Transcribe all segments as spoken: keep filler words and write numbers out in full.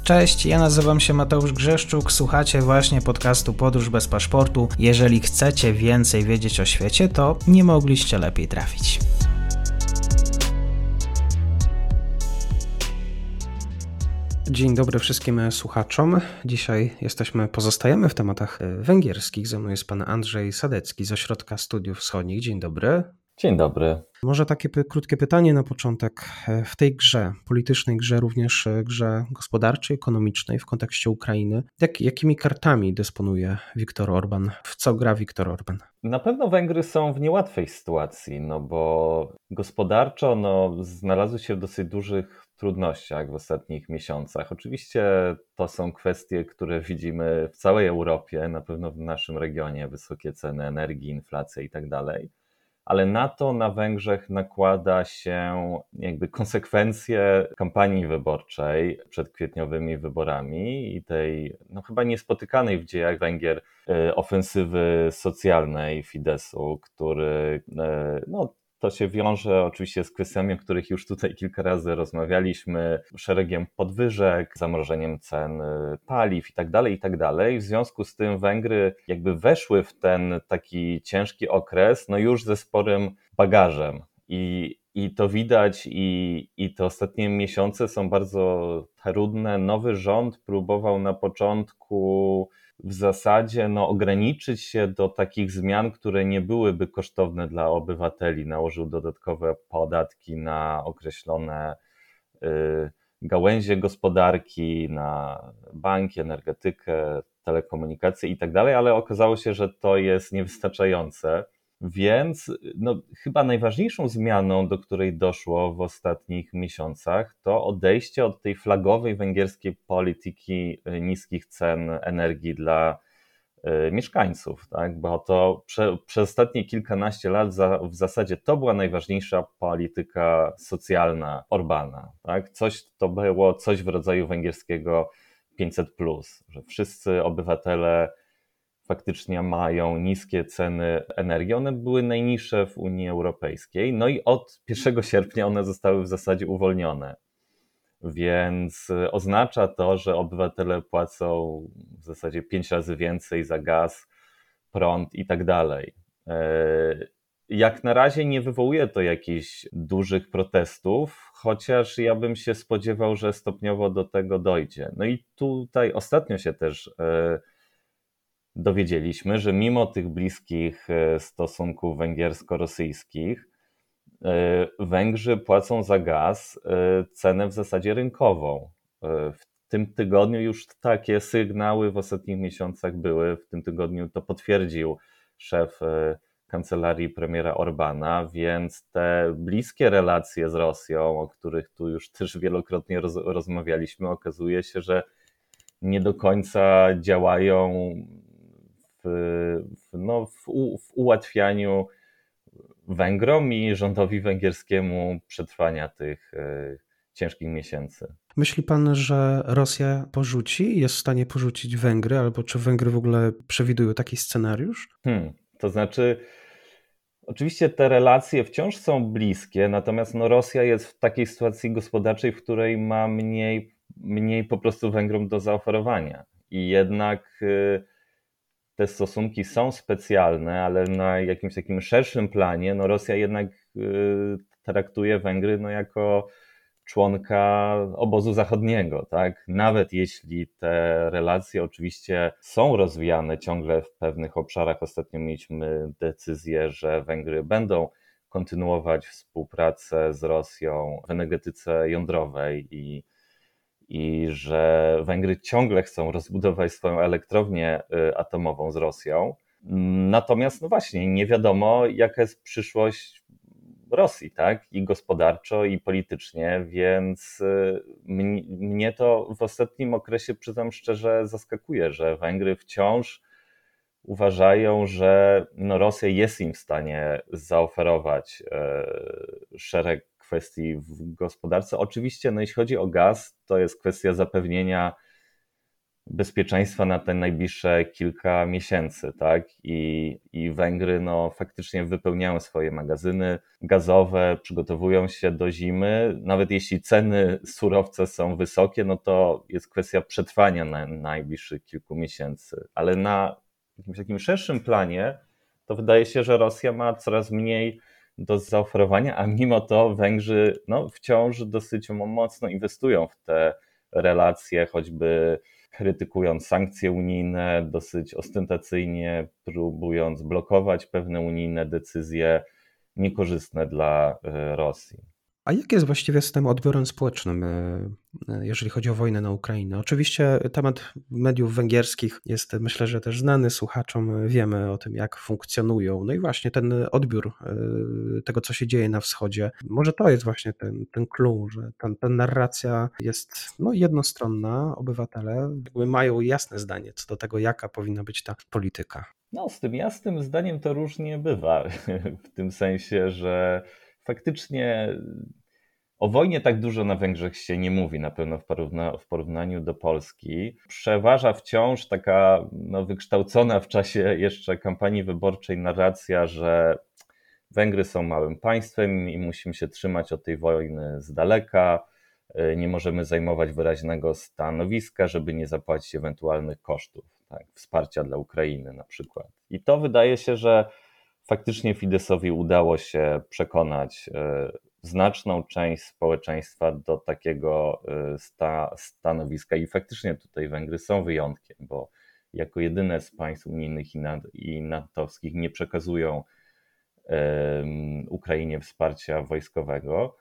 Cześć, ja nazywam się Mateusz Grzeszczuk, słuchacie właśnie podcastu Podróż bez paszportu. Jeżeli chcecie więcej wiedzieć o świecie, to nie mogliście lepiej trafić. Dzień dobry wszystkim słuchaczom. Dzisiaj jesteśmy, pozostajemy w tematach węgierskich. Ze mną jest pan Andrzej Sadecki z Ośrodka Studiów Wschodnich. Dzień dobry. Dzień dobry. Może takie p- krótkie pytanie na początek. W tej grze, politycznej grze, również grze gospodarczej, ekonomicznej w kontekście Ukrainy, jak, jakimi kartami dysponuje Viktor Orban? W co gra Viktor Orban? Na pewno Węgry są w niełatwej sytuacji, no bo gospodarczo no, znalazły się w dosyć dużych trudnościach w ostatnich miesiącach. Oczywiście to są kwestie, które widzimy w całej Europie, na pewno w naszym regionie, wysokie ceny energii, inflacja i tak dalej. Ale na to na Węgrzech nakłada się jakby konsekwencje kampanii wyborczej przed kwietniowymi wyborami i tej no chyba niespotykanej w dziejach Węgier ofensywy socjalnej Fideszu, który no to się wiąże oczywiście z kwestiami, o których już tutaj kilka razy rozmawialiśmy, szeregiem podwyżek, zamrożeniem cen paliw i tak dalej, i tak dalej. W związku z tym Węgry jakby weszły w ten taki ciężki okres, no już ze sporym bagażem. I, i to widać i, i te ostatnie miesiące są bardzo trudne. Nowy rząd próbował na początku w zasadzie no, ograniczyć się do takich zmian, które nie byłyby kosztowne dla obywateli. Nałożył dodatkowe podatki na określone y, gałęzie gospodarki, na banki, energetykę, telekomunikacje i tak dalej, ale okazało się, że to jest niewystarczające. Więc no, chyba najważniejszą zmianą, do której doszło w ostatnich miesiącach, to odejście od tej flagowej węgierskiej polityki niskich cen energii dla y, mieszkańców, tak? Bo to prze, przez ostatnie kilkanaście lat za, w zasadzie to była najważniejsza polityka socjalna Orbana. Tak? Coś to było coś w rodzaju węgierskiego pięćset plus, że wszyscy obywatele faktycznie mają niskie ceny energii. One były najniższe w Unii Europejskiej, no i od pierwszego sierpnia one zostały w zasadzie uwolnione. Więc oznacza to, że obywatele płacą w zasadzie pięć razy więcej za gaz, prąd i tak dalej. Jak na razie nie wywołuje to jakichś dużych protestów, chociaż ja bym się spodziewał, że stopniowo do tego dojdzie. No i tutaj ostatnio się też dowiedzieliśmy, że mimo tych bliskich stosunków węgiersko-rosyjskich, Węgrzy płacą za gaz cenę w zasadzie rynkową. W tym tygodniu już takie sygnały w ostatnich miesiącach były. W tym tygodniu to potwierdził szef kancelarii premiera Orbana, więc te bliskie relacje z Rosją, o których tu już też wielokrotnie roz, rozmawialiśmy, okazuje się, że nie do końca działają w, w, no, w, u, w ułatwianiu Węgrom i rządowi węgierskiemu przetrwania tych y, ciężkich miesięcy. Myśli pan, że Rosja porzuci, jest w stanie porzucić Węgry, albo czy Węgry w ogóle przewidują taki scenariusz? Hmm, to znaczy, oczywiście te relacje wciąż są bliskie, natomiast no, Rosja jest w takiej sytuacji gospodarczej, w której ma mniej, mniej po prostu Węgrom do zaoferowania. I jednak y, te stosunki są specjalne, ale na jakimś takim szerszym planie no Rosja jednak y, traktuje Węgry no jako członka obozu zachodniego, tak? Nawet jeśli te relacje oczywiście są rozwijane ciągle w pewnych obszarach. Ostatnio mieliśmy decyzję, że Węgry będą kontynuować współpracę z Rosją w energetyce jądrowej i i że Węgry ciągle chcą rozbudować swoją elektrownię atomową z Rosją. Natomiast no właśnie, nie wiadomo, jaka jest przyszłość Rosji, tak? I gospodarczo, i politycznie, więc mnie to w ostatnim okresie, przyznam szczerze, zaskakuje, że Węgry wciąż uważają, że no Rosja jest im w stanie zaoferować szereg kwestii w gospodarce. Oczywiście, no jeśli chodzi o gaz, to jest kwestia zapewnienia bezpieczeństwa na te najbliższe kilka miesięcy, tak? I, i Węgry no, faktycznie wypełniają swoje magazyny gazowe, przygotowują się do zimy. Nawet jeśli ceny surowca są wysokie, no to jest kwestia przetrwania na najbliższych kilku miesięcy. Ale na jakimś takim szerszym planie to wydaje się, że Rosja ma coraz mniej do zaoferowania, a mimo to Węgrzy no, wciąż dosyć mocno inwestują w te relacje, choćby krytykując sankcje unijne, dosyć ostentacyjnie próbując blokować pewne unijne decyzje niekorzystne dla Rosji. A jak jest właściwie z tym odbiorem społecznym, jeżeli chodzi o wojnę na Ukrainę? Oczywiście temat mediów węgierskich jest, myślę, że też znany słuchaczom, wiemy o tym, jak funkcjonują. No i właśnie ten odbiór tego, co się dzieje na wschodzie, może to jest właśnie ten, ten clue, że ta, ta narracja jest no, jednostronna, obywatele mają jasne zdanie co do tego, jaka powinna być ta polityka. No, z tym jasnym zdaniem to różnie bywa, w tym sensie, że faktycznie o wojnie tak dużo na Węgrzech się nie mówi, na pewno w, porówna- w porównaniu do Polski. Przeważa wciąż taka no, wykształcona w czasie jeszcze kampanii wyborczej narracja, że Węgry są małym państwem i musimy się trzymać od tej wojny z daleka, nie możemy zajmować wyraźnego stanowiska, żeby nie zapłacić ewentualnych kosztów, tak, wsparcia dla Ukrainy na przykład. I to wydaje się, że faktycznie Fideszowi udało się przekonać znaczną część społeczeństwa do takiego sta, stanowiska i faktycznie tutaj Węgry są wyjątkiem, bo jako jedyne z państw unijnych i, nad, i natowskich nie przekazują um, Ukrainie wsparcia wojskowego.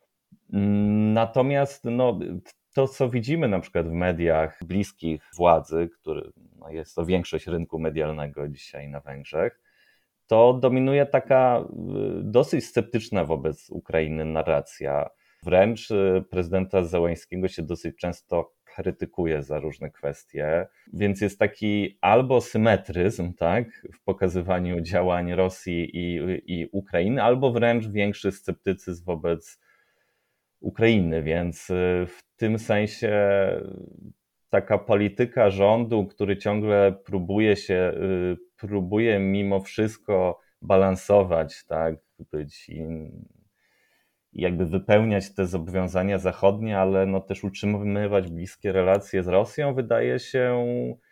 Natomiast no, to, co widzimy na przykład w mediach bliskich władzy, który no, jest to większość rynku medialnego dzisiaj na Węgrzech, to dominuje taka dosyć sceptyczna wobec Ukrainy narracja. Wręcz prezydenta Zełenskiego się dosyć często krytykuje za różne kwestie, więc jest taki albo symetryzm, tak, w pokazywaniu działań Rosji i, i Ukrainy, albo wręcz większy sceptycyzm wobec Ukrainy, więc w tym sensie taka polityka rządu, który ciągle próbuje się, próbuje mimo wszystko balansować, tak, być jakby wypełniać te zobowiązania zachodnie, ale no też utrzymywać bliskie relacje z Rosją, wydaje się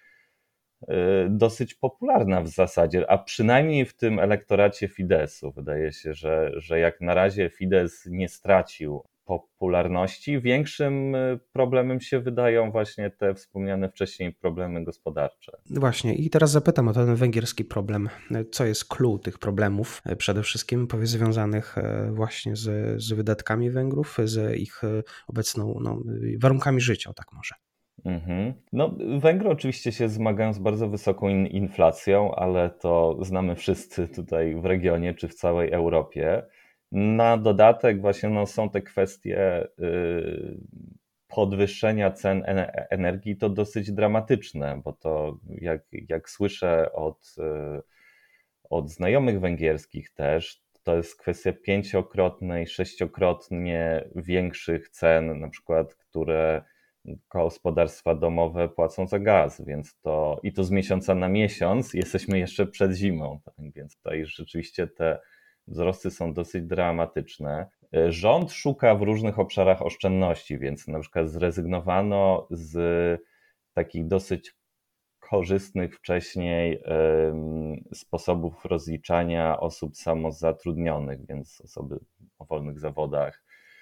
dosyć popularna w zasadzie, a przynajmniej w tym elektoracie Fideszu. Wydaje się, że, że jak na razie Fidesz nie stracił popularności, większym problemem się wydają właśnie te wspomniane wcześniej problemy gospodarcze. Właśnie i teraz zapytam o ten węgierski problem. Co jest clue tych problemów? Przede wszystkim powie związanych właśnie z, z wydatkami Węgrów, z ich obecną no, warunkami życia, tak może. Mhm. No, Węgry oczywiście się zmagają z bardzo wysoką in- inflacją, ale to znamy wszyscy tutaj w regionie czy w całej Europie. Na dodatek właśnie no, są te kwestie yy, podwyższenia cen energii, to dosyć dramatyczne, bo to jak, jak słyszę od, yy, od znajomych węgierskich też, to jest kwestia pięciokrotnej, sześciokrotnie większych cen, na przykład, które gospodarstwa domowe płacą za gaz, więc to i to z miesiąca na miesiąc jesteśmy jeszcze przed zimą, tak? Więc tutaj rzeczywiście te wzrosty są dosyć dramatyczne. Rząd szuka w różnych obszarach oszczędności, więc na przykład zrezygnowano z takich dosyć korzystnych wcześniej sposobów rozliczania osób samozatrudnionych, więc osoby o wolnych zawodach.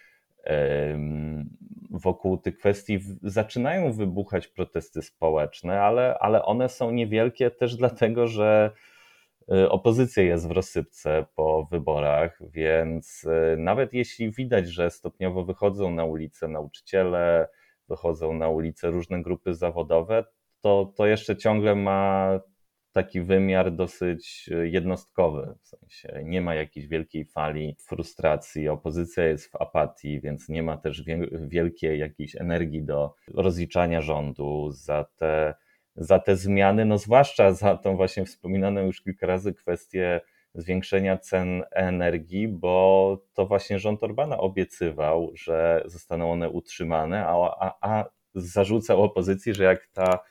Wokół tych kwestii zaczynają wybuchać protesty społeczne, ale, ale one są niewielkie też dlatego, że opozycja jest w rozsypce po wyborach, więc nawet jeśli widać, że stopniowo wychodzą na ulicę nauczyciele, wychodzą na ulicę różne grupy zawodowe, to, to jeszcze ciągle ma taki wymiar dosyć jednostkowy, w sensie nie ma jakiejś wielkiej fali frustracji, opozycja jest w apatii, więc nie ma też wielkiej jakiejś energii do rozliczania rządu za te, za te zmiany, no zwłaszcza za tą właśnie wspominaną już kilka razy kwestię zwiększenia cen energii, bo to właśnie rząd Orbana obiecywał, że zostaną one utrzymane, a, a, a zarzucał opozycji, że jak ta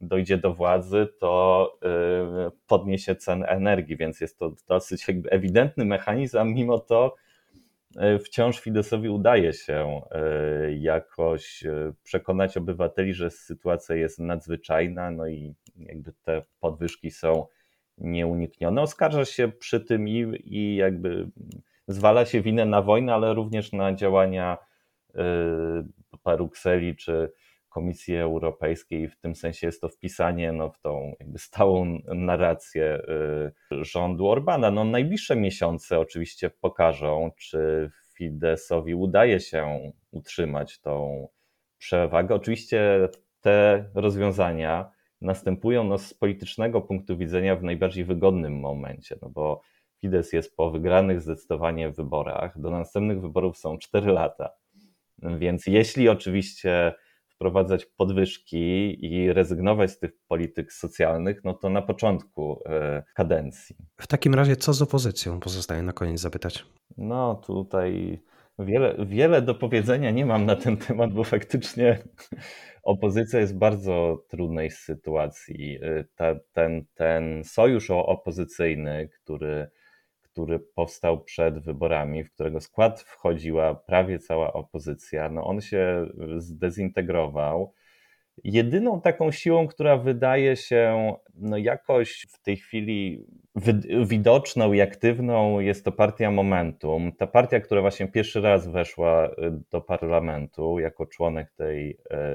dojdzie do władzy, to podniesie cenę energii, więc jest to dosyć jakby ewidentny mechanizm, a mimo to wciąż Fideszowi udaje się jakoś przekonać obywateli, że sytuacja jest nadzwyczajna, no i jakby te podwyżki są nieuniknione. Oskarża się przy tym i, i jakby zwala się winę na wojnę, ale również na działania Brukseli czy Komisji Europejskiej. W tym sensie jest to wpisanie no, w tą jakby stałą narrację rządu Orbana. No, najbliższe miesiące oczywiście pokażą, czy Fideszowi udaje się utrzymać tą przewagę. Oczywiście te rozwiązania następują no, z politycznego punktu widzenia w najbardziej wygodnym momencie, no bo Fidesz jest po wygranych zdecydowanie wyborach. Do następnych wyborów są cztery lata. Więc jeśli oczywiście wprowadzać podwyżki i rezygnować z tych polityk socjalnych, no to na początku kadencji. W takim razie co z opozycją? Pozostaje na koniec zapytać. No tutaj wiele, wiele do powiedzenia nie mam na ten temat, bo faktycznie opozycja jest w bardzo trudnej sytuacji. Ta, ten, ten sojusz opozycyjny, który który powstał przed wyborami, w którego skład wchodziła prawie cała opozycja, no on się zdezintegrował. Jedyną taką siłą, która wydaje się no jakoś w tej chwili widoczną i aktywną, jest to partia Momentum. Ta partia, która właśnie pierwszy raz weszła do parlamentu jako członek tej,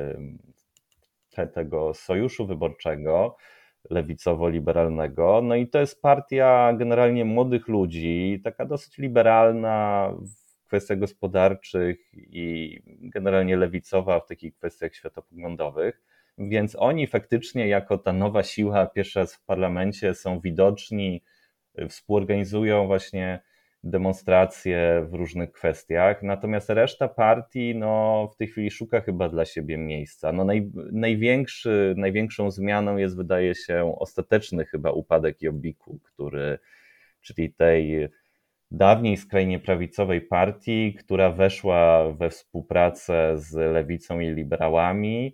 tego sojuszu wyborczego, lewicowo-liberalnego. No i to jest partia generalnie młodych ludzi, taka dosyć liberalna w kwestiach gospodarczych i generalnie lewicowa w takich kwestiach światopoglądowych. Więc oni faktycznie jako ta nowa siła pierwszy raz w parlamencie są widoczni, współorganizują właśnie demonstracje w różnych kwestiach, natomiast reszta partii no, w tej chwili szuka chyba dla siebie miejsca. No, naj, największy, największą zmianą jest, wydaje się, ostateczny chyba upadek Jobbiku, który, czyli tej dawniej skrajnie prawicowej partii, która weszła we współpracę z lewicą i liberałami.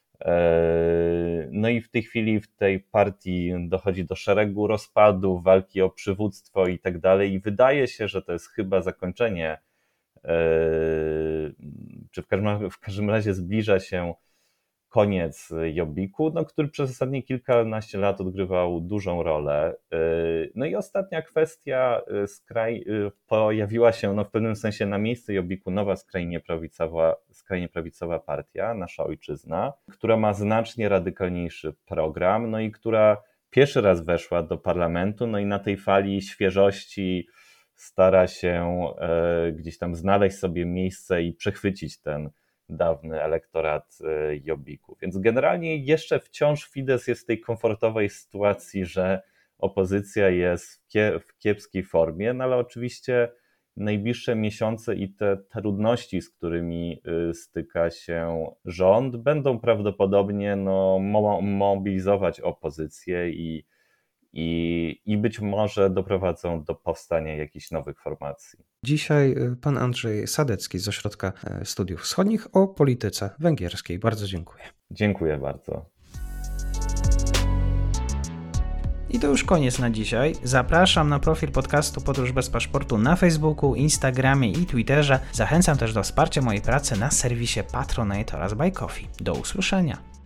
No i w tej chwili w tej partii dochodzi do szeregu rozpadów, walki o przywództwo i tak dalej i wydaje się, że to jest chyba zakończenie, czy w każdym, w każdym razie zbliża się koniec Jobbiku, no, który przez ostatnie kilkanaście lat odgrywał dużą rolę. No i ostatnia kwestia, skraj, pojawiła się no, w pewnym sensie na miejsce Jobbiku nowa skrajnie prawicowa, skrajnie prawicowa partia, Nasza Ojczyzna, która ma znacznie radykalniejszy program, no i która pierwszy raz weszła do parlamentu, no i na tej fali świeżości stara się gdzieś tam znaleźć sobie miejsce i przechwycić ten dawny elektorat Jobbiku. Więc generalnie jeszcze wciąż Fidesz jest w tej komfortowej sytuacji, że opozycja jest w kiepskiej formie, no ale oczywiście najbliższe miesiące i te trudności, z którymi styka się rząd, będą prawdopodobnie no, mobilizować opozycję i, i, i być może doprowadzą do powstania jakichś nowych formacji. Dzisiaj pan Andrzej Sadecki z Ośrodka Studiów Wschodnich o polityce węgierskiej. Bardzo dziękuję. Dziękuję bardzo. I to już koniec na dzisiaj. Zapraszam na profil podcastu Podróż bez paszportu na Facebooku, Instagramie i Twitterze. Zachęcam też do wsparcia mojej pracy na serwisie Patronite oraz Buy Coffee. Do usłyszenia.